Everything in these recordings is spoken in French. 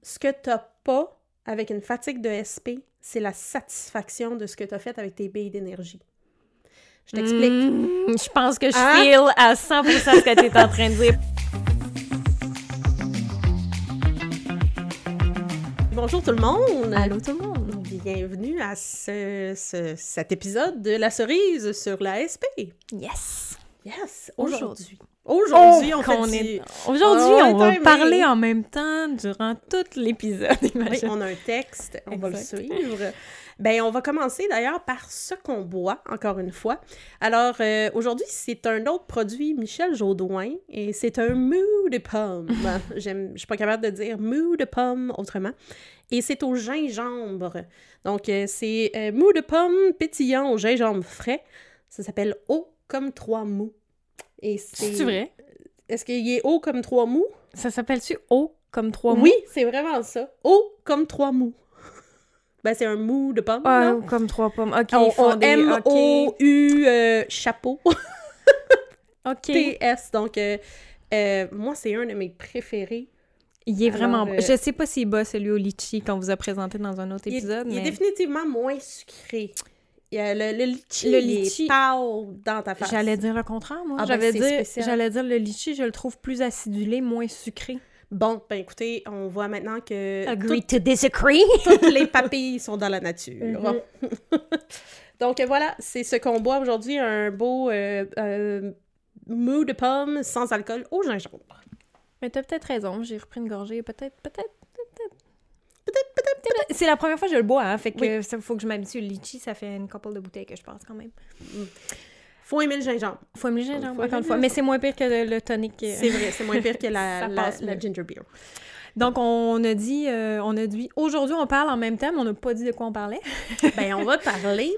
Ce que tu n'as pas avec une fatigue de SP, c'est la satisfaction de ce que tu as fait avec tes billes d'énergie. Je t'explique. Je pense que je feel à 100% ce que tu es en train de dire. Bonjour tout le monde! Allô tout le monde! Bienvenue à cet épisode de La cerise sur la SP. Yes! Yes! Aujourd'hui, Aujourd'hui, on va parler en même temps durant tout l'épisode, Oui, on a un texte, on va le suivre. Ben, on va commencer d'ailleurs par ce qu'on boit, encore une fois. Alors, aujourd'hui, c'est un autre produit Michel Jodoin, et c'est un mou de pomme. Je suis pas capable de dire mou de pomme autrement. Et c'est au gingembre. Donc, c'est mou de pomme pétillant au gingembre frais. Ça s'appelle Eau comme 3 mous. Et c'est vrai? Est-ce qu'il est Eau comme 3 mous? Ça s'appelle-tu Eau comme 3 mous? Oui, c'est vraiment ça. Eau comme 3 mous. Ben, c'est un mou de pomme. Ah, comme 3 pommes. OK, M-O-U chapeau. OK. T-S. Donc, moi, c'est un de mes préférés. Il est vraiment bon. Je sais pas s'il bat celui au litchi qu'on vous a présenté dans un autre épisode, Il est définitivement moins sucré. Le litchi, il est pâle dans ta face. J'allais dire le contraire, moi. J'allais dire le litchi, je le trouve plus acidulé, moins sucré. Bon, ben écoutez, on voit maintenant que... Agree to disagree! Toutes les papilles sont dans la nature. Mm-hmm. Donc voilà, c'est ce qu'on boit aujourd'hui, un beau mou de pomme sans alcool au gingembre. Mais t'as peut-être raison, j'ai repris une gorgée, peut-être. C'est la première fois que je le bois, hein, fait que ça, faut que je m'habitue. Le litchi, ça fait une couple de bouteilles que je pense quand même. Faut aimer le gingembre. Encore une fois. Mais c'est moins pire que le tonic. C'est vrai, c'est moins pire que la ginger beer. Donc, on a dit aujourd'hui, on parle en même temps, mais on n'a pas dit de quoi on parlait. Ben, on va parler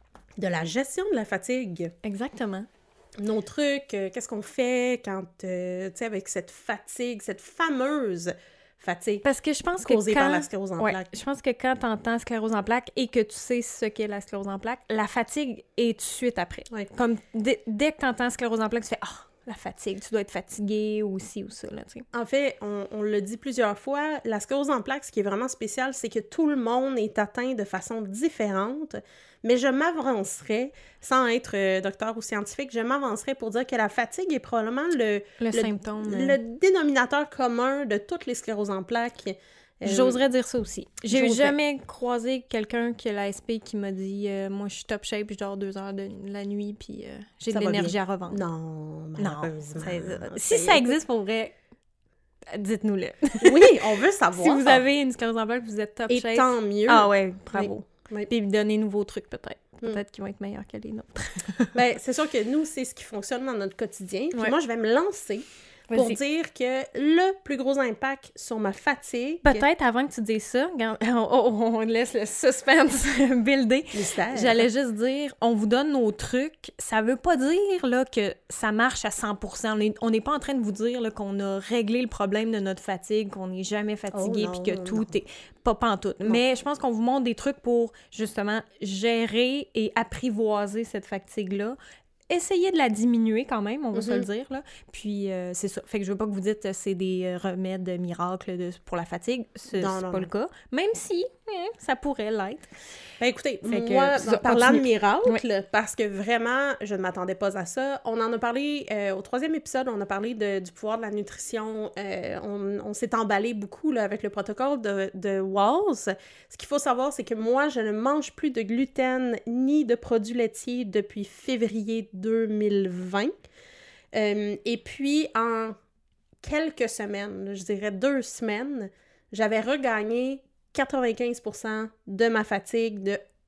de la gestion de la fatigue. Exactement. Nos trucs, qu'est-ce qu'on fait quand, tu sais, avec cette fatigue, cette fameuse fatigue. Parce que je pense causée par la sclérose en plaques. Je pense que quand tu entends sclérose en plaques et que tu sais ce qu'est la sclérose en plaques, la fatigue est tout de suite après. Ouais. Comme dès que tu entends sclérose en plaques, tu fais « Ah, la fatigue, tu dois être fatigué ou ci ou ça. » là, tu sais. En fait, on l'a dit plusieurs fois, la sclérose en plaques, ce qui est vraiment spécial, c'est que tout le monde est atteint de façon différente. Mais je m'avancerais, sans être docteur ou scientifique, je m'avancerais pour dire que la fatigue est probablement le symptôme. Le dénominateur commun de toutes les scléroses en plaques. J'oserais dire ça aussi. J'ai jamais croisé quelqu'un qui a la SP qui m'a dit moi je suis top shape, je dors 2 heures de la nuit puis j'ai de l'énergie à revendre. Non, malheureusement. Si ça existe pour vrai, dites-nous-le. Oui, on veut savoir. Si vous avez une sclérose en plaques, vous êtes top shape. Et tant mieux. Ah ouais, bravo. Oui. Puis donnez-nous vos trucs peut-être. Peut-être qu'ils vont être meilleurs que les nôtres. Ben, c'est sûr que nous, c'est ce qui fonctionne dans notre quotidien. Puis moi, je vais me lancer pour dire que le plus gros impact sur ma fatigue... Peut-être, avant que tu dises ça, on laisse le suspense builder. Mystère. J'allais juste dire, on vous donne nos trucs. Ça veut pas dire là, que ça marche à 100%. On n'est pas en train de vous dire là, qu'on a réglé le problème de notre fatigue, qu'on n'est jamais fatigué, puis que tout est... Pas en tout. Mais je pense qu'on vous montre des trucs pour, justement, gérer et apprivoiser cette fatigue-là. Essayez de la diminuer quand même, on va se le dire, là. Puis, c'est ça. Fait que je veux pas que vous dites c'est des remèdes miracles pour la fatigue. C'est pas le cas. Même si, ça pourrait l'être. Ben écoutez, moi, parlant de miracles, parce que vraiment, je ne m'attendais pas à ça, on en a parlé au 3e épisode, on a parlé du pouvoir de la nutrition. On s'est emballé beaucoup là, avec le protocole de Walls. Ce qu'il faut savoir, c'est que moi, je ne mange plus de gluten ni de produits laitiers depuis février 2020. Et puis, en quelques semaines, je dirais 2 semaines, j'avais regagné 95% de ma fatigue,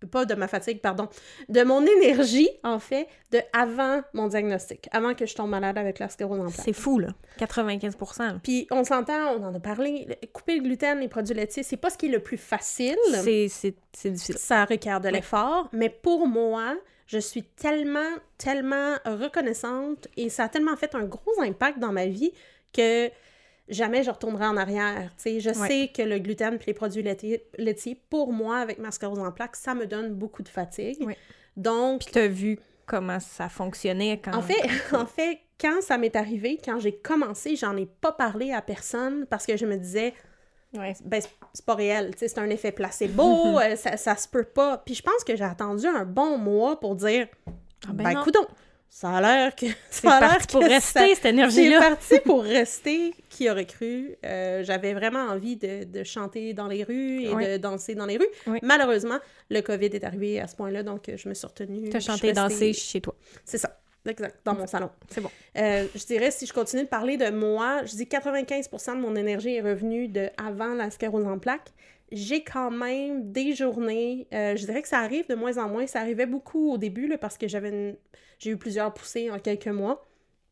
de mon énergie, en fait, de avant mon diagnostic, avant que je tombe malade avec la sclérose en plaques. C'est fou, là. 95%. Puis, on s'entend, on en a parlé, couper le gluten, les produits laitiers, c'est pas ce qui est le plus facile. C'est difficile. Ça requiert de l'effort, mais pour moi, je suis tellement, tellement reconnaissante et ça a tellement fait un gros impact dans ma vie que jamais je retournerai en arrière. T'sais, je sais que le gluten et les produits laitiers, pour moi, avec ma sclérose en plaques, ça me donne beaucoup de fatigue. Oui. Donc... Puis t'as vu comment ça fonctionnait quand... En fait, quand ça m'est arrivé, quand j'ai commencé, j'en ai pas parlé à personne parce que je me disais, ben, c'est pas réel, tu sais, c'est un effet placebo, ça se peut pas. Puis je pense que j'ai attendu un bon mois pour dire, coudonc, ça a l'air que... C'est parti pour rester, cette énergie-là. C'est parti pour rester, qui aurait cru. J'avais vraiment envie de chanter dans les rues et de danser dans les rues. Oui. Malheureusement, le COVID est arrivé à ce point-là, donc je me suis retenue. T'as chanté et dansé chez toi. C'est ça. Exact, dans mon salon. C'est bon. Je dirais, si je continue de parler de moi, je dis 95% de mon énergie est revenue de avant la sclérose en plaques. J'ai quand même des journées, je dirais que ça arrive de moins en moins. Ça arrivait beaucoup au début, là, parce que j'ai eu plusieurs poussées en quelques mois.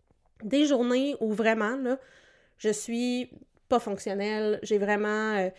Des journées où vraiment, là, je suis pas fonctionnelle. J'ai vraiment...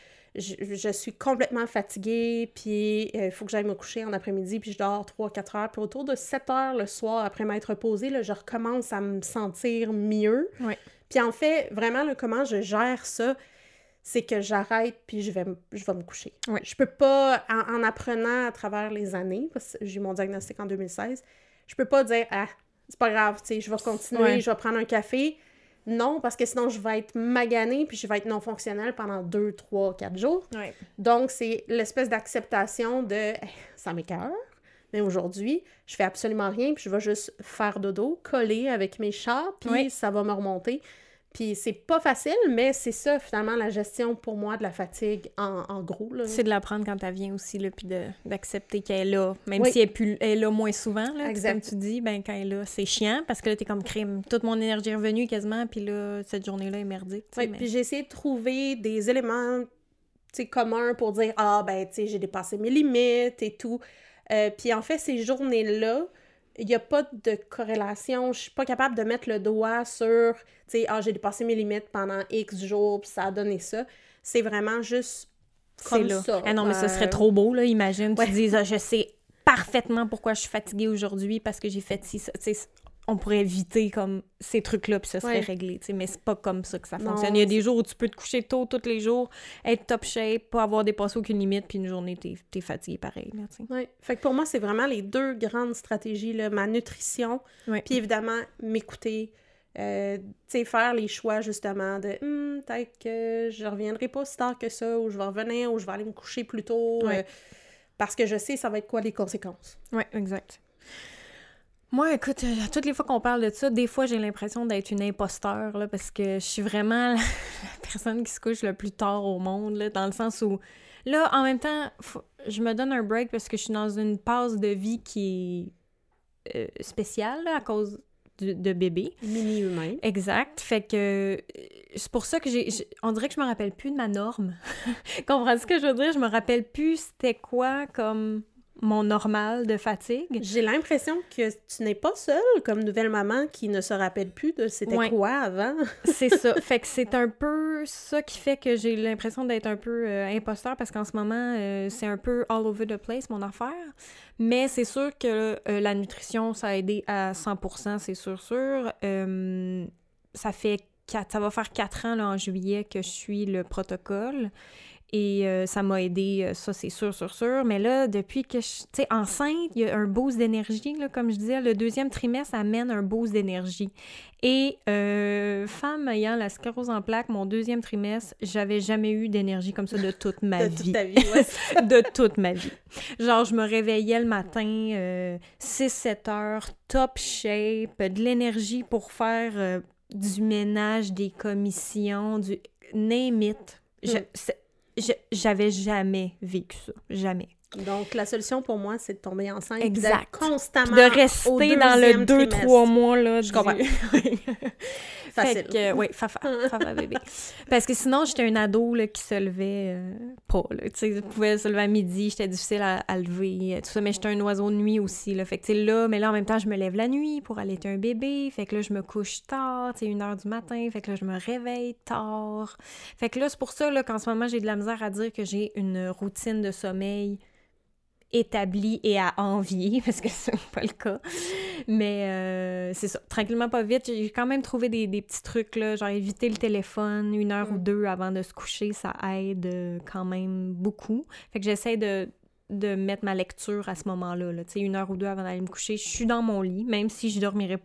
Je suis complètement fatiguée, puis il faut que j'aille me coucher en après-midi, puis je dors 3-4 heures. Puis autour de 7 heures le soir, après m'être reposée, là, je recommence à me sentir mieux. Oui. Puis en fait, vraiment, là, comment je gère ça, c'est que j'arrête, puis je vais me coucher. Oui. Je peux pas, en apprenant à travers les années, parce que j'ai eu mon diagnostic en 2016, je peux pas dire « Ah, c'est pas grave, tu sais, je vais continuer, je vais prendre un café ». Non, parce que sinon, je vais être maganée puis je vais être non fonctionnelle pendant 2, 3, 4 jours. Ouais. Donc, c'est l'espèce d'acceptation de « ça m'écoeure ». Mais aujourd'hui, je fais absolument rien puis je vais juste faire dodo, coller avec mes chats, puis ça va me remonter. Puis c'est pas facile, mais c'est ça, finalement, la gestion pour moi de la fatigue, en gros. Là. C'est de l'apprendre quand elle vient aussi, là, puis d'accepter qu'elle est là, même si elle est là moins souvent, là, comme tu dis, ben quand elle est là, c'est chiant, parce que là, t'es comme crime. Toute mon énergie est revenue quasiment, puis là, cette journée-là est merdique. Oui, puis j'ai essayé de trouver des éléments, tu sais, communs pour dire « Ah, ben, tu sais, j'ai dépassé mes limites et tout. » Puis en fait, ces journées-là, il n'y a pas de corrélation. Je suis pas capable de mettre le doigt sur, tu sais, « Ah, j'ai dépassé mes limites pendant X jours, puis ça a donné ça. » C'est vraiment juste comme ça. Ah non, mais ça serait trop beau, là, imagine. Tu dis, je sais parfaitement pourquoi je suis fatiguée aujourd'hui parce que j'ai fait ci, ça. Tu sais, on pourrait éviter comme ces trucs-là, puis ça serait réglé, tu sais, mais c'est pas comme ça que ça fonctionne. Il y a des jours où tu peux te coucher tôt tous les jours, être top shape, pas avoir dépassé aucune limite, puis une journée, t'es fatigué pareil, là, tu sais. Oui, fait que pour moi, c'est vraiment les deux grandes stratégies, là, ma nutrition, puis évidemment, m'écouter, tu sais, faire les choix, justement, de « peut-être que je reviendrai pas si tard que ça, ou je vais revenir, ou je vais aller me coucher plus tôt, parce que je sais ça va être quoi les conséquences. » Oui, exact. Moi, écoute, toutes les fois qu'on parle de ça, des fois, j'ai l'impression d'être une imposteur, là, parce que je suis vraiment la personne qui se couche le plus tard au monde, là, dans le sens où, là, en même temps, je me donne un break parce que je suis dans une passe de vie qui est spéciale, là, à cause de bébé. Mini-humain. Exact. Fait que c'est pour ça que on dirait que je me rappelle plus de ma norme. Comprends-tu ce que je veux dire? Je me rappelle plus c'était quoi comme mon normal de fatigue. J'ai l'impression que tu n'es pas seule comme nouvelle maman qui ne se rappelle plus de c'était quoi avant. C'est ça. Fait que c'est un peu ça qui fait que j'ai l'impression d'être un peu imposteur parce qu'en ce moment, c'est un peu all over the place, mon affaire. Mais c'est sûr que la nutrition, ça a aidé à 100%, c'est sûr. Ça va faire 4 ans là, en juillet que je suis le protocole. Et ça m'a aidé, ça c'est sûr. Mais là, depuis que tu sais, enceinte, il y a un boost d'énergie, là, comme je disais, le 2e trimestre amène un boost d'énergie. Et femme ayant la sclérose en plaques, mon 2e trimestre, j'avais jamais eu d'énergie comme ça de toute ma vie. De toute ta vie, ouais. De toute ma vie. Genre, je me réveillais le matin, 6-7 heures, top shape, de l'énergie pour faire du ménage, des commissions, du name it. J'avais jamais vécu ça. Jamais. Donc, la solution pour moi, c'est de tomber enceinte. Exact. D'être constamment de rester dans le 2-3 mois, là. Je comprends. Facile. Fait que, oui, fafa bébé. Parce que sinon, j'étais un ado, là, qui se levait pas, là. Tu sais, je pouvais se lever à midi, j'étais difficile à lever, tout ça. Mais j'étais un oiseau de nuit aussi, là. Fait que, tu sais, là, mais là, en même temps, je me lève la nuit pour allaiter un bébé. Fait que là, je me couche tard, tu sais, 1h du matin. Fait que là, je me réveille tard. Fait que là, c'est pour ça, là, qu'en ce moment, j'ai de la misère à dire que j'ai une routine de sommeil établi et à envier, parce que c'est pas le cas. Mais c'est ça, tranquillement pas vite, j'ai quand même trouvé des petits trucs, là, genre éviter le téléphone 1 heure ou 2 avant de se coucher, ça aide quand même beaucoup. Fait que j'essaie de mettre ma lecture à ce moment-là, là. Tu sais, 1 heure ou 2 avant d'aller me coucher, je suis dans mon lit, même si je dormirais pas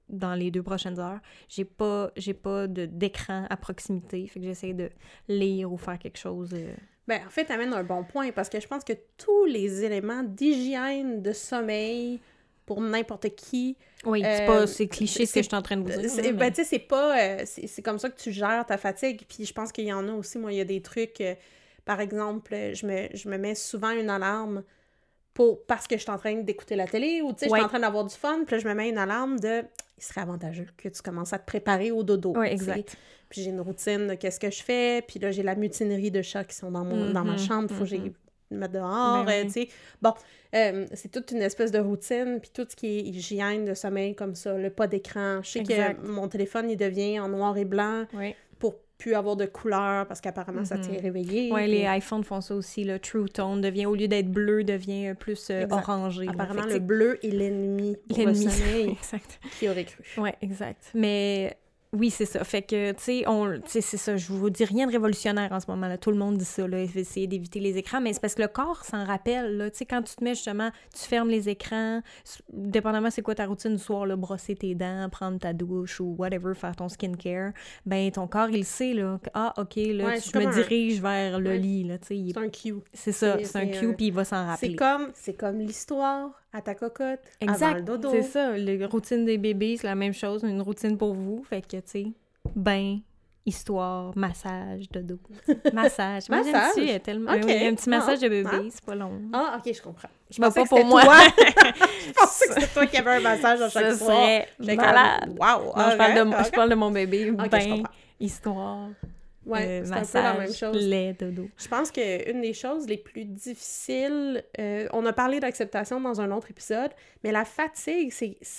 dans les 2 prochaines heures. J'ai pas d'écran à proximité, fait que j'essaie de lire ou faire quelque chose. Ben, en fait, t'amènes un bon point, parce que je pense que tous les éléments d'hygiène, de sommeil, pour n'importe qui... Oui, c'est cliché ce que je suis en train de vous dire. Ben, tu sais, c'est pas... c'est comme ça que tu gères ta fatigue, puis je pense qu'il y en a aussi, moi, il y a des trucs... par exemple, je me mets souvent une alarme parce que je suis en train d'écouter la télé, ou tu sais, je suis en train d'avoir du fun, puis là, je me mets une alarme de... Il serait avantageux que tu commences à te préparer au dodo. Oui, exact. T'sais. Puis j'ai une routine de qu'est-ce que je fais, puis là, j'ai la mutinerie de chats qui sont dans ma chambre, il faut que j'aille me mettre dehors, tu sais. Bon, c'est toute une espèce de routine, puis tout ce qui est hygiène de sommeil comme ça, le pas d'écran. Je sais que mon téléphone, il devient en noir et blanc pour plus avoir de couleur, parce qu'apparemment, ça tient réveillé. Oui, les iPhones font ça aussi, le True Tone devient, au lieu d'être bleu, devient plus orangé. Apparemment, le bleu est l'ennemi pour le sommeil. Exact. Qui aurait cru. Oui, exact. Mais... Oui, c'est ça. Fait que, tu sais, c'est ça. Je vous dis rien de révolutionnaire en ce moment, là. Tout le monde dit ça, là. Essayer d'éviter les écrans. Mais c'est parce que le corps s'en rappelle, là. Tu sais, quand tu te mets, justement, tu fermes les écrans, dépendamment c'est quoi ta routine du soir, là, brosser tes dents, prendre ta douche ou whatever, faire ton skincare, ben ton corps, il sait, là. Ah, OK, là, je me dirige vers le lit, là. Tu sais, c'est un cue. C'est ça, c'est un cue, puis il va s'en rappeler. C'est comme l'histoire à ta cocotte, avant le dodo. C'est ça, la routine des bébés, c'est la même chose, une routine pour vous, fait que, tu sais, bain, histoire, massage, dodo. Massage. Massage? Il y a tellement... Okay. Oui, un petit massage de bébé, c'est pas long. Ah, OK, je comprends. Je pensais que pas pour moi. Je pensais que c'était toi qui avais un massage à chaque soir. C'est malade. Wow! Non, je parle de mon bébé, bain, histoire... Ouais, c'est massage, un peu la même chose. Lait, dodo. Je pense qu'une des choses les plus difficiles, on a parlé d'acceptation dans un autre épisode, mais la fatigue,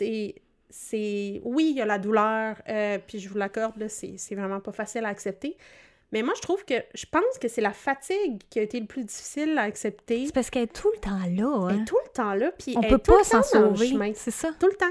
c'est oui, il y a la douleur, puis je vous l'accorde, là, c'est vraiment pas facile à accepter. Mais moi, je pense que c'est la fatigue qui a été le plus difficile à accepter. C'est parce qu'elle est tout le temps là, hein? Elle est tout le temps là, puis on peut pas s'en sauver, c'est ça. Tout le temps.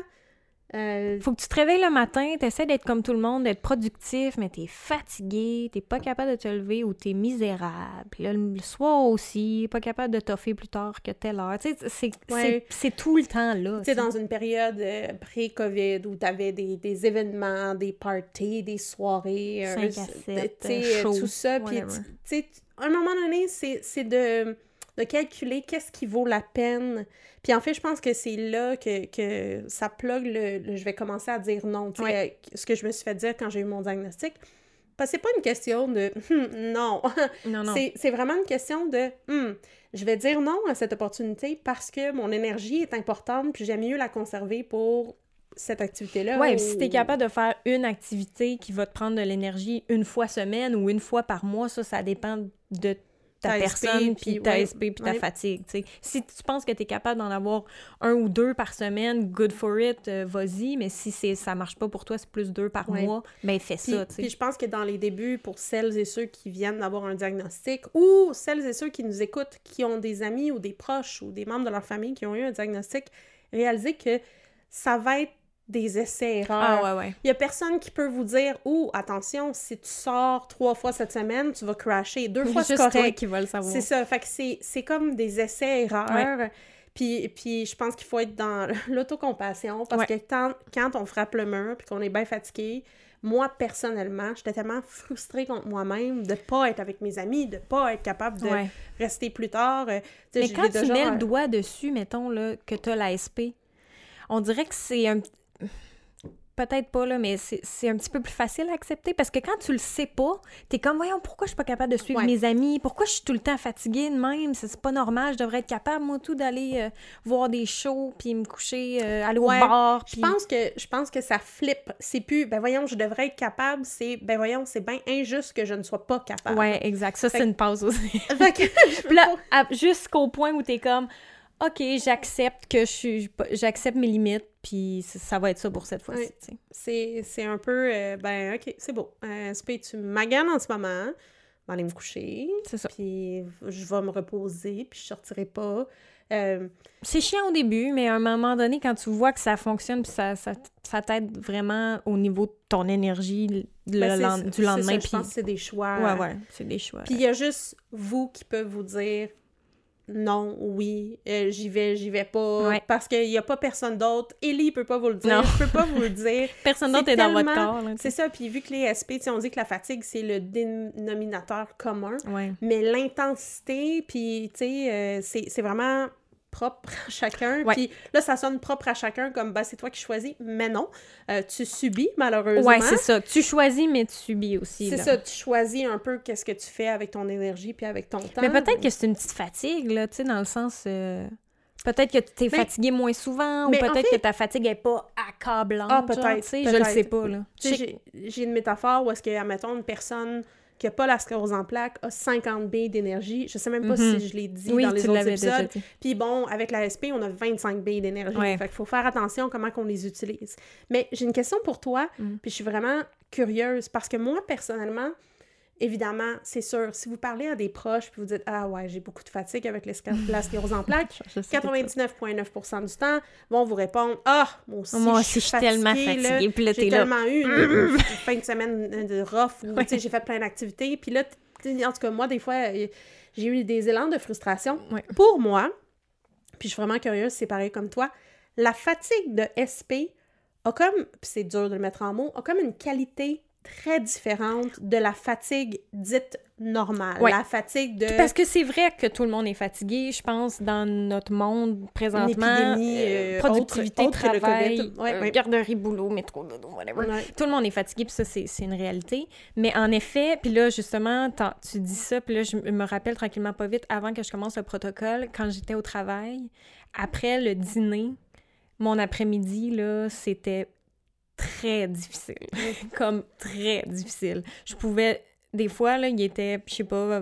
Faut que tu te réveilles le matin, t'essaies d'être comme tout le monde, d'être productif, mais t'es fatigué, t'es pas capable de te lever ou t'es misérable. Puis là, le soir aussi, pas capable de toffer plus tard que telle heure. Tu sais, c'est tout le temps là. Tu sais, dans une période pré-COVID où t'avais des événements, des parties, des soirées... 5 à 7, show, tout ça. Puis, tu sais, à un moment donné, c'est de calculer qu'est-ce qui vaut la peine. Puis en fait, je pense que c'est là que ça plug je vais commencer à dire non. Tu sais, ce que je me suis fait dire quand j'ai eu mon diagnostic. Parce que c'est pas une question de non. Non. C'est vraiment une question de je vais dire non à cette opportunité parce que mon énergie est importante puis j'aime mieux la conserver pour cette activité-là. Oui, si t'es capable de faire une activité qui va te prendre de l'énergie une fois semaine ou une fois par mois, ça dépend de ta personne, puis ta SP, puis ta fatigue, tu sais. Si tu penses que tu es capable d'en avoir 1 ou 2 par semaine, good for it, vas-y, mais si ça marche pas pour toi, c'est plus 2 par mois, ben fais ça, tu sais. Puis je pense que dans les débuts, pour celles et ceux qui viennent d'avoir un diagnostic, ou celles et ceux qui nous écoutent, qui ont des amis ou des proches ou des membres de leur famille qui ont eu un diagnostic, réalisez que ça va être des essais-erreurs. Ah ouais. Il y a personne qui peut vous dire « Ouh, attention, si tu sors 3 fois cette semaine, tu vas crasher. 2 fois, c'est correct. » Juste toi qui va le savoir. C'est ça. Fait que c'est comme des essais-erreurs. Ouais. Puis je pense qu'il faut être dans l'autocompassion parce que quand on frappe le mur puis qu'on est bien fatigué, moi, personnellement, j'étais tellement frustrée contre moi-même de pas être avec mes amis, de pas être capable de rester plus tard. Mais quand tu mets le doigt dessus, mettons, là, que tu as l'ASP, on dirait que c'est un... Peut-être pas, là, mais c'est un petit peu plus facile à accepter parce que quand tu le sais pas, t'es comme, voyons, pourquoi je suis pas capable de suivre mes amis? Pourquoi je suis tout le temps fatiguée de même? C'est pas normal, je devrais être capable, moi, tout, d'aller voir des shows, puis me coucher, aller au bar. Pis... Je pense que ça flippe. C'est plus, ben voyons, je devrais être capable, c'est, ben voyons, c'est bien injuste que je ne sois pas capable. Ouais, exact. Ça, c'est une pause aussi. Puis là, jusqu'au point où t'es comme... OK, j'accepte j'accepte mes limites, puis ça va être ça pour cette fois-ci, tu sais. C'est un peu, OK, c'est beau. Tu maganes en ce moment, je vais aller me coucher, c'est ça. Puis je vais me reposer, puis je sortirai pas. C'est chiant au début, mais à un moment donné, quand tu vois que ça fonctionne, puis ça t'aide vraiment au niveau de ton énergie du lendemain. Je pense que c'est des choix. Ouais, c'est des choix. Puis il y a juste vous qui peut vous dire... non, oui, j'y vais pas, parce qu'il y a pas personne d'autre. Ellie peut pas vous le dire, non. Je peux pas vous le dire. Personne d'autre est dans votre corps. Là, c'est ça, puis vu que les SP, on dit que la fatigue, c'est le dénominateur commun, ouais. mais l'intensité, puis tu sais, c'est vraiment propre à chacun, puis là, ça sonne propre à chacun, comme, c'est toi qui choisis, mais non, tu subis, malheureusement. Ouais, c'est ça, tu choisis, mais tu subis aussi. C'est ça, tu choisis un peu qu'est-ce que tu fais avec ton énergie, puis avec ton temps. Mais peut-être que c'est une petite fatigue, là, tu sais, dans le sens... Peut-être que tu es fatigué moins souvent, ou peut-être que ta fatigue n'est pas accablante. Ah, peut-être, tu sais, je le sais pas, là. J'ai une métaphore où est-ce que, admettons, une personne qui n'a pas la sclérose en plaques a 50 billes d'énergie. Je sais même pas si je l'ai dit dans les autres épisodes. Puis bon, avec la SP, on a 25 billes d'énergie. Fait qu'il faut faire attention à comment on les utilise. Mais j'ai une question pour toi, puis je suis vraiment curieuse, parce que moi, personnellement, évidemment, c'est sûr, si vous parlez à des proches puis vous dites « Ah ouais, j'ai beaucoup de fatigue avec la sclérose en plaques », 99,9% du temps vont vous répondre « Ah, moi aussi, je suis tellement fatiguée. Puis là, j'ai tellement eu une fin de semaine de rough où j'ai fait plein d'activités. » Puis là, en tout cas, moi, des fois, j'ai eu des élans de frustration. Pour moi, puis je suis vraiment curieuse, c'est pareil comme toi, la fatigue de SP a comme, puis c'est dur de le mettre en mots, a comme une qualité très différente de la fatigue dite normale. La fatigue de... Parce que c'est vrai que tout le monde est fatigué, je pense, dans notre monde présentement. Une épidémie, productivité, travail, garderie, boulot, métro, dodo, whatever. Tout le monde est fatigué, puis ça, c'est une réalité. Mais en effet, puis là, justement, tu dis ça, puis là, je me rappelle tranquillement pas vite, avant que je commence le protocole, quand j'étais au travail, après le dîner, mon après-midi, là, c'était très difficile. Comme très difficile. Je pouvais... Des fois, là, il était, je sais pas,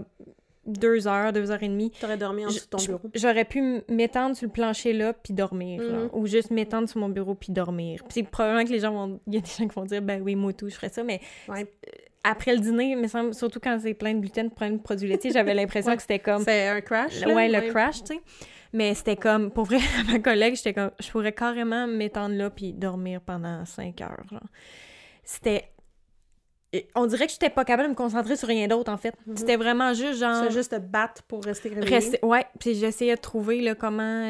2 heures, 2h30. T'aurais dormi en dessous de ton bureau. J'aurais pu m'étendre sur le plancher là, puis dormir. Là, ou juste m'étendre sur mon bureau, puis dormir. Puis probablement que les gens vont... Il y a des gens qui vont dire, ben oui, moi tout, je ferais ça, mais... Après le dîner, il me semble, surtout quand c'est plein de gluten, plein de produits laitiers, j'avais l'impression que c'était comme... C'est un crash, là? Le crash, tu sais. Mais c'était comme, pour vrai, ma collègue, j'étais comme, je pourrais carrément m'étendre là puis dormir pendant 5 heures, genre. C'était... On dirait que j'étais pas capable de me concentrer sur rien d'autre, en fait. C'était vraiment juste, genre... C'est juste te battre pour rester réveillée. Ouais, puis j'essayais de trouver, là, comment...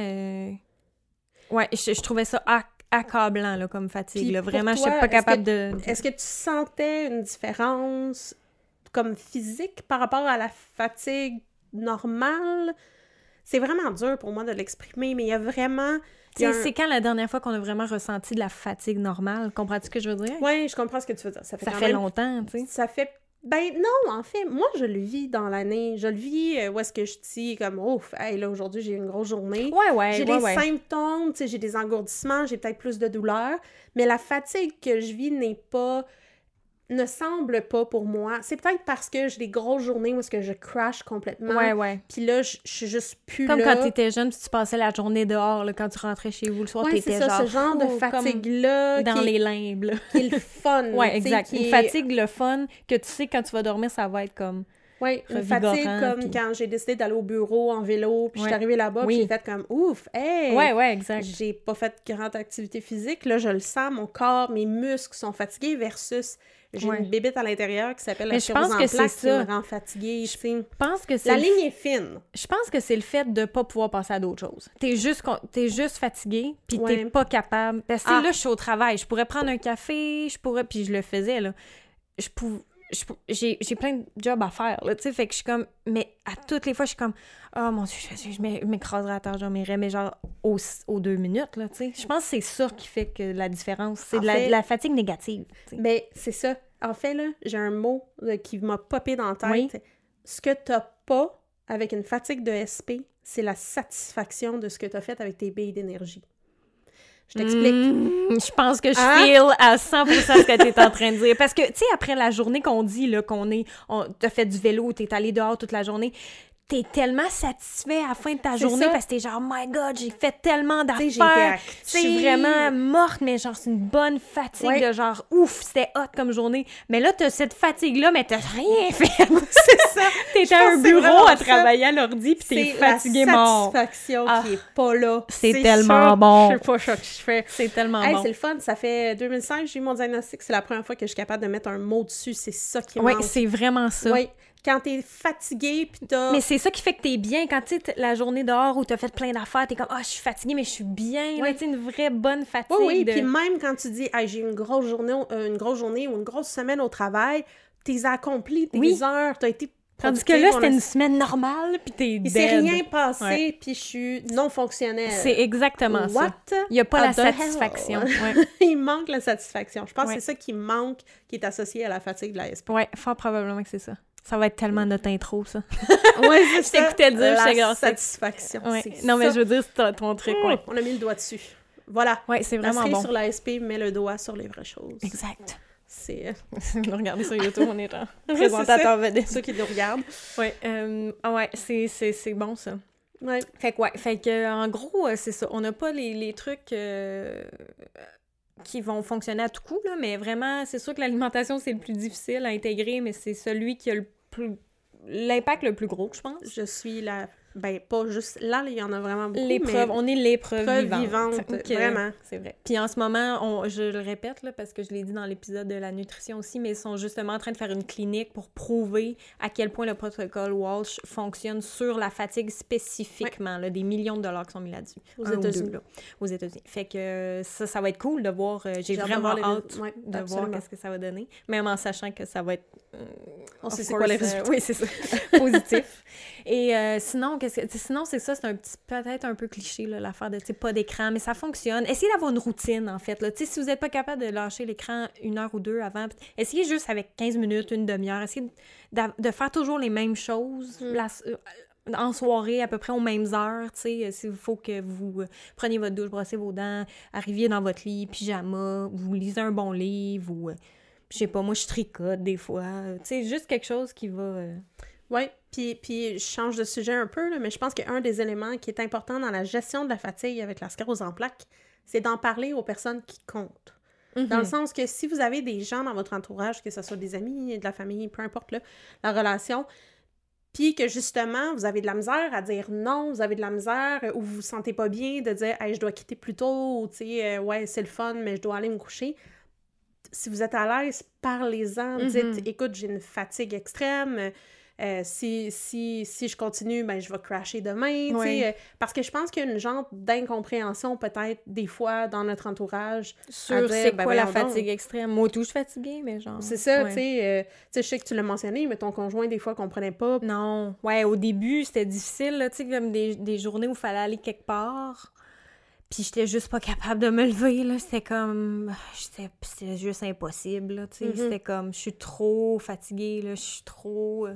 Ouais, je trouvais ça accablant, là, comme fatigue, là. Vraiment, je suis pas capable de... Est-ce que tu sentais une différence comme physique par rapport à la fatigue normale? C'est vraiment dur pour moi de l'exprimer, mais il y a vraiment... C'est quand la dernière fois qu'on a vraiment ressenti de la fatigue normale? Comprends-tu ce que je veux dire? Oui, je comprends ce que tu veux dire. Ça fait longtemps, tu sais. Ça fait... Ben non, en fait, moi, je le vis dans l'année. Je le vis où est-ce que je dis comme, ouf, hey, là, aujourd'hui, j'ai eu une grosse journée. J'ai des symptômes, tu sais, j'ai des engourdissements, j'ai peut-être plus de douleur, mais la fatigue que je vis ne semble pas pour moi. C'est peut-être parce que j'ai des grosses journées où est-ce que je crash complètement. Puis là, je suis juste plus comme là. Comme quand t'étais jeune, puis tu passais la journée dehors, là, quand tu rentrais chez vous le soir, t'étais genre... ce genre de fatigue-là... Dans les limbes, là. Qui est le fun. Exact. Une fatigue, le fun, que tu sais, quand tu vas dormir, ça va être comme... une fatigue comme quand j'ai décidé d'aller au bureau en vélo, puis je suis arrivée là-bas, puis j'ai fait comme, ouf, hey! Exact. J'ai pas fait grande activité physique, là, je le sens, mon corps, mes muscles sont fatigués versus... J'ai une bébête à l'intérieur qui s'appelle la sclérose en plaques qui me rend fatiguée. Je pense que c'est la ligne est fine. Je pense que c'est le fait de pas pouvoir passer à d'autres choses. T'es juste fatigué, puis t'es pas capable. Parce que là, je suis au travail. Je pourrais prendre un café, puis je le faisais, là. J'ai plein de jobs à faire, là, tu sais, fait que je suis comme... Mais à toutes les fois, je suis comme... Oh mon Dieu, je m'écraserais à terre, dormirais, mais genre aux 2 minutes, là, tu sais. Je pense que c'est ça qui fait que la différence, c'est de la fatigue négative. T'sais. Ben, c'est ça. En fait, là, j'ai un mot qui m'a popé dans la tête. Ce que t'as pas avec une fatigue de SP, c'est la satisfaction de ce que t'as fait avec tes billes d'énergie. Je t'explique. Je pense que je feel à 100% ce que t'es en train de dire. Parce que, tu sais, après la journée qu'on dit, là, t'as fait du vélo, t'es allé dehors toute la journée, t'es tellement satisfait à la fin de ta journée parce que t'es genre, oh my God, j'ai fait tellement d'affaires. Je suis vraiment morte, mais genre, c'est une bonne fatigue de genre, ouf, c'était hot comme journée. Mais là, t'as cette fatigue-là, mais t'as rien fait. C'est ça. T'es à un bureau à travailler à l'ordi, puis t'es fatigué mort. C'est la satisfaction qui est pas là. C'est tellement bon. Je sais pas ce que je fais. C'est tellement bon. C'est le fun. Ça fait 2005, j'ai eu mon diagnostic. C'est la première fois que je suis capable de mettre un mot dessus. C'est ça qui manque. Oui, c'est vraiment ça. Oui. quand t'es fatigué, puis t'as... Mais c'est ça qui fait que t'es bien. Quand tu sais, la journée dehors où t'as fait plein d'affaires, t'es comme, je suis fatiguée, mais je suis bien. Là, tu sais, une vraie bonne fatigue. Oui, puis même quand tu dis, j'ai une grosse journée ou une grosse semaine au travail, t'es accompli tes heures, t'as été... Tandis que là, c'était une semaine normale, puis t'es dead. Il s'est rien passé, puis je suis non fonctionnelle. C'est exactement ça. Il n'y a pas la satisfaction. Il manque la satisfaction. Je pense que c'est ça qui manque, qui est associé à la fatigue de l'ASP. Oui, fort probablement que c'est ça. Ça va être tellement notre intro, ça. Oui, c'est ça. Je t'écoutais le dire, la satisfaction. Non, mais je veux dire, c'est ton truc. On a mis le doigt dessus. Voilà. Oui, c'est vraiment bon. Sur l'ASP, met le doigt sur les vraies choses. Exact. C'est... Regardez sur YouTube, on est en présentateur vedette. Ceux qui nous regardent. Oui, c'est bon, ça. Ouais. Fait que en gros, c'est ça. On n'a pas les trucs qui vont fonctionner à tout coup, là, mais vraiment, c'est sûr que l'alimentation, c'est le plus difficile à intégrer, mais c'est celui qui a l'impact le plus gros, je pense. Je suis la... Ben, pas juste... Là, il y en a vraiment beaucoup, on est l'épreuve vivante. Vraiment. C'est vrai. Puis en ce moment, je le répète, là, parce que je l'ai dit dans l'épisode de la nutrition aussi, mais ils sont justement en train de faire une clinique pour prouver à quel point le protocole Walsh fonctionne sur la fatigue spécifiquement. Là, des millions de dollars qui sont mis là-dessus. Aux États-Unis. Fait que ça va être cool de voir. J'ai vraiment hâte de voir qu'est-ce que ça va donner. Même en sachant que ça va être... on sait c'est quoi les résultats. Oui, c'est ça. Positif. Et sinon, c'est ça, c'est peut-être un peu cliché, là, l'affaire de pas d'écran, mais ça fonctionne. Essayez d'avoir une routine, en fait. Là. Si vous n'êtes pas capable de lâcher l'écran 1 heure ou 2 avant, essayez juste avec 15 minutes, une demi-heure. Essayez de faire toujours les mêmes choses en soirée, à peu près aux mêmes heures. S'il faut que vous preniez votre douche, brossez vos dents, arriviez dans votre lit, pyjama, vous lisez un bon livre, ou je sais pas, moi, je tricote des fois. Juste quelque chose qui va... Oui, puis je change de sujet un peu, là, mais je pense qu'un des éléments qui est important dans la gestion de la fatigue avec la sclérose en plaques, c'est d'en parler aux personnes qui comptent. Mm-hmm. Dans le sens que si vous avez des gens dans votre entourage, que ce soit des amis, de la famille, peu importe là, la relation, puis que justement, vous avez de la misère à dire non, vous avez de la misère, ou vous vous sentez pas bien de dire « Hey, je dois quitter plus tôt » ou « Tu sais, ouais, c'est le fun, mais je dois aller me coucher ». Si vous êtes à l'aise, parlez-en, dites « Écoute, j'ai une fatigue extrême ». Si je continue, ben je vais crasher demain, tu sais, parce que je pense qu'il y a une genre d'incompréhension peut-être des fois dans notre entourage sur c'est quoi la fatigue extrême. Moi tout, je suis fatiguée, mais genre... C'est ça, tu sais, je sais que tu l'as mentionné, mais ton conjoint des fois comprenait pas. Non, au début c'était difficile, tu sais, comme des journées où il fallait aller quelque part, puis j'étais juste pas capable de me lever, là, c'était comme... C'était juste impossible, là, tu sais, c'était comme, je suis trop fatiguée, là, je suis trop...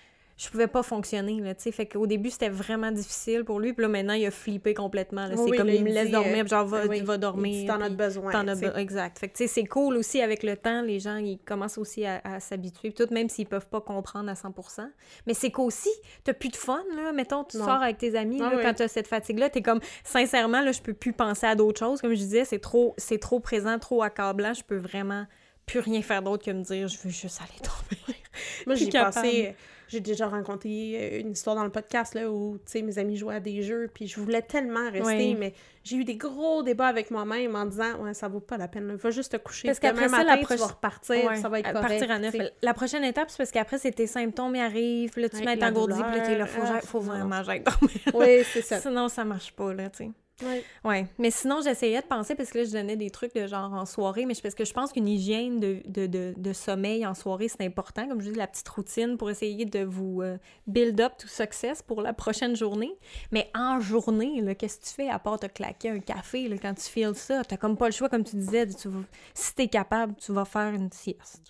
Je pouvais pas fonctionner, là, tu sais, fait qu'au début, c'était vraiment difficile pour lui, puis là, maintenant, il a flippé complètement, là, c'est comme, il me laisse dormir, genre, va dormir. T'en as besoin, exact. Fait que, tu sais, c'est cool aussi, avec le temps, les gens, ils commencent aussi à s'habituer, tout, même s'ils peuvent pas comprendre à 100%. Mais c'est qu'aussi, t'as plus de fun, là, mettons, tu sors avec tes amis, là, quand t'as cette fatigue-là, t'es comme, sincèrement, là, je peux plus penser à d'autres choses, comme je disais, c'est trop présent, trop accablant, je peux vraiment plus rien faire d'autre que me dire, je veux juste aller dormir. Moi, j'ai passé... J'ai déjà raconté une histoire dans le podcast là, où, tu sais, mes amis jouaient à des jeux, puis je voulais tellement rester, mais j'ai eu des gros débats avec moi-même en disant « Ouais, ça vaut pas la peine, va juste te coucher. Parce qu'après ça, tu vas repartir, ça va être correct. » Partir à 9. La prochaine étape, c'est parce qu'après, c'est tes symptômes, ils arrivent, puis là, tu mets engourdi, puis là, t'es là, faut vraiment j'aille dormir. Oui, c'est ça. Sinon, ça marche pas, là, tu sais. Ouais. Mais sinon, j'essayais de penser, parce que là, je donnais des trucs de genre en soirée, mais parce que je pense qu'une hygiène de sommeil en soirée, c'est important, comme je dis, la petite routine pour essayer de vous build up to success pour la prochaine journée. Mais en journée, là, qu'est-ce que tu fais à part te claquer un café, là, quand tu feels ça? T'as comme pas le choix, comme tu disais, si t'es capable, tu vas faire une sieste.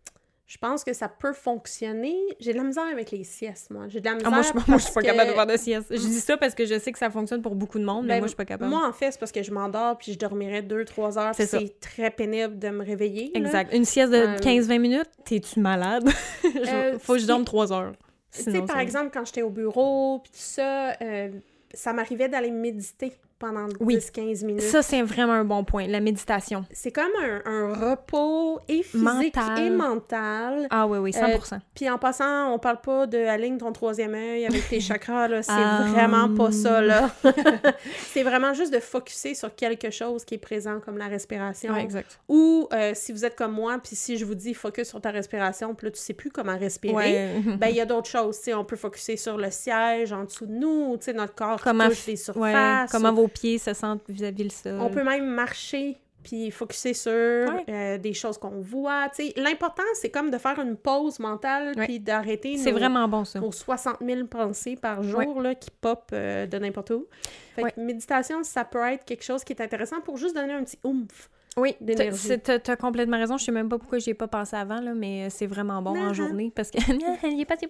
Je pense que ça peut fonctionner. J'ai de la misère avec les siestes, moi. J'ai de la misère moi, je suis pas capable de faire de sieste. Je dis ça parce que je sais que ça fonctionne pour beaucoup de monde, mais moi, je suis pas capable. Moi, en fait, c'est parce que je m'endors puis je dormirais 2-3 heures. C'est très pénible de me réveiller. Exact. Là. Une sieste de 15-20 minutes, t'es-tu malade? Faut que je dorme 3 heures. Tu sais, par exemple, quand j'étais au bureau puis tout ça, ça m'arrivait d'aller méditer. pendant 10-15 minutes. Ça, c'est vraiment un bon point, la méditation. C'est comme un repos et physique et mental. Ah oui, 100%. Puis en passant, on parle pas de aligne ton troisième œil avec tes chakras, là. C'est vraiment pas ça, là. C'est vraiment juste de focusser sur quelque chose qui est présent, comme la respiration. Ouais, exact. Ou si vous êtes comme moi, puis si je vous dis focus sur ta respiration, puis là, tu sais plus comment respirer, ben il y a d'autres choses, tu sais, on peut focuser sur le siège en dessous de nous, tu sais, notre corps qui touche des surfaces. Comment vos pieds se sentent vis-à-vis le sol. On peut même marcher puis focuser sur des choses qu'on voit, tu sais. L'important, c'est comme de faire une pause mentale puis d'arrêter c'est vraiment bon, ça. Nos 60 000 pensées par jour là, qui popent de n'importe où. Fait que méditation, ça peut être quelque chose qui est intéressant pour juste donner un petit oomph. Oui, t'as complètement raison. Je sais même pas pourquoi j'y ai pas pensé avant, là, mais c'est vraiment bon en journée, parce que... il est pas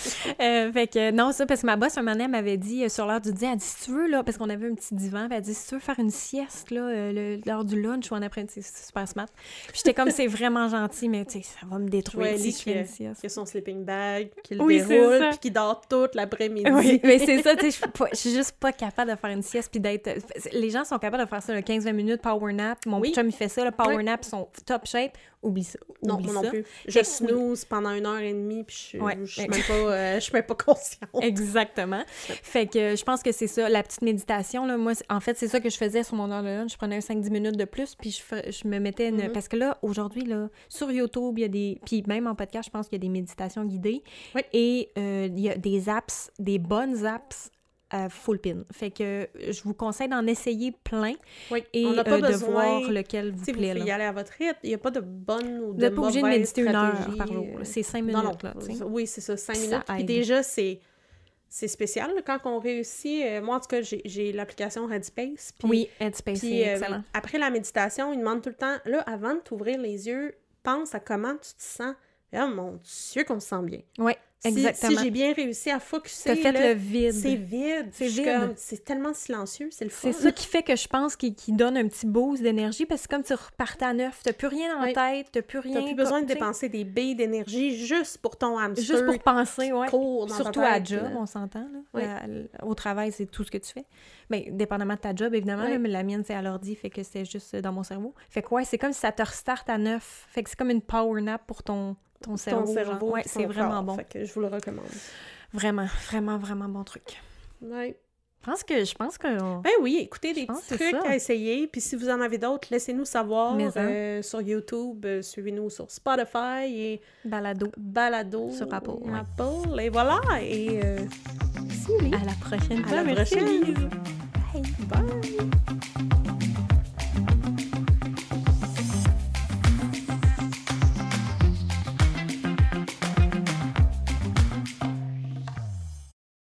fait que, non, ça, parce que ma boss, un moment donné, elle m'avait dit, sur l'heure du dîner, elle dit, si tu veux, là, parce qu'on avait un petit divan, elle dit, si tu veux faire une sieste, là, l'heure du lunch ou en après-midi, c'est super smart. Puis j'étais comme, c'est vraiment gentil, mais tu sais, ça va me détruire si je fais une sieste. Qui a son sleeping bag, qui le déroule, puis qui dort toute l'après-midi. Oui, mais c'est ça, tu sais, je suis juste pas capable de faire une sieste, puis d'être... Les gens sont capables de faire ça, 15-20 minutes, power nap. Mon chum, il fait ça, le power nap, sont top shape, oublie ça. Non, moi non plus. Je snooze pendant 1h30, puis je suis même pas consciente. Exactement. Fait que je pense que c'est ça, la petite méditation, là, moi, en fait, c'est ça que je faisais sur mon heure de lunch. Je prenais 5-10 minutes de plus, puis je me mettais une... Parce que là, aujourd'hui, là, sur YouTube, il y a des... Puis même en podcast, je pense qu'il y a des méditations guidées. Oui. Et il y a des apps, des bonnes apps full pin. Fait que je vous conseille d'en essayer plein et on n'a pas besoin, de voir lequel vous plaît. Vous pouvez y aller à votre rythme. Il n'y a pas de bonne ou de mauvaise stratégie. Vous n'êtes pas obligé de méditer 1 heure par jour. C'est 5 minutes. Non. Là, oui, c'est ça, 5 minutes. Puis déjà, c'est spécial là, quand on réussit. Moi, en tout cas, j'ai l'application Headspace. Oui, Headspace, c'est excellent. Après la méditation, il demande tout le temps, là, avant de t'ouvrir les yeux, pense à comment tu te sens. Oh mon Dieu, qu'on se sent bien. Oui. Exactement. Si j'ai bien réussi à focusser, t'as fait le vide. C'est vide. C'est vide. C'est tellement silencieux, c'est le fun. C'est ça qui fait que je pense qu'il donne un petit boost d'énergie, parce que comme tu repartais à neuf, t'as plus rien dans la tête, t'as plus rien... T'as plus besoin de dépenser des billes d'énergie juste pour ton hamster. Juste pour penser, surtout à job, là. on s'entend. Là. Au travail, c'est tout ce que tu fais. Mais dépendamment de ta job, évidemment, là, mais la mienne, c'est à l'ordi, fait que c'est juste dans mon cerveau. Fait que c'est comme si ça te restarte à neuf. Fait que c'est comme une power nap pour ton cerveau. Ouais, c'est vraiment bon. Fait que je vous le recommande. Vraiment, vraiment, vraiment bon truc. Ouais. Je pense que... Ben oui, écoutez des petits trucs à essayer. Puis si vous en avez d'autres, laissez-nous savoir sur YouTube. Suivez-nous sur Spotify et... Balado. Sur Apple. Et voilà. Et à la prochaine fois. À la prochaine. Bye.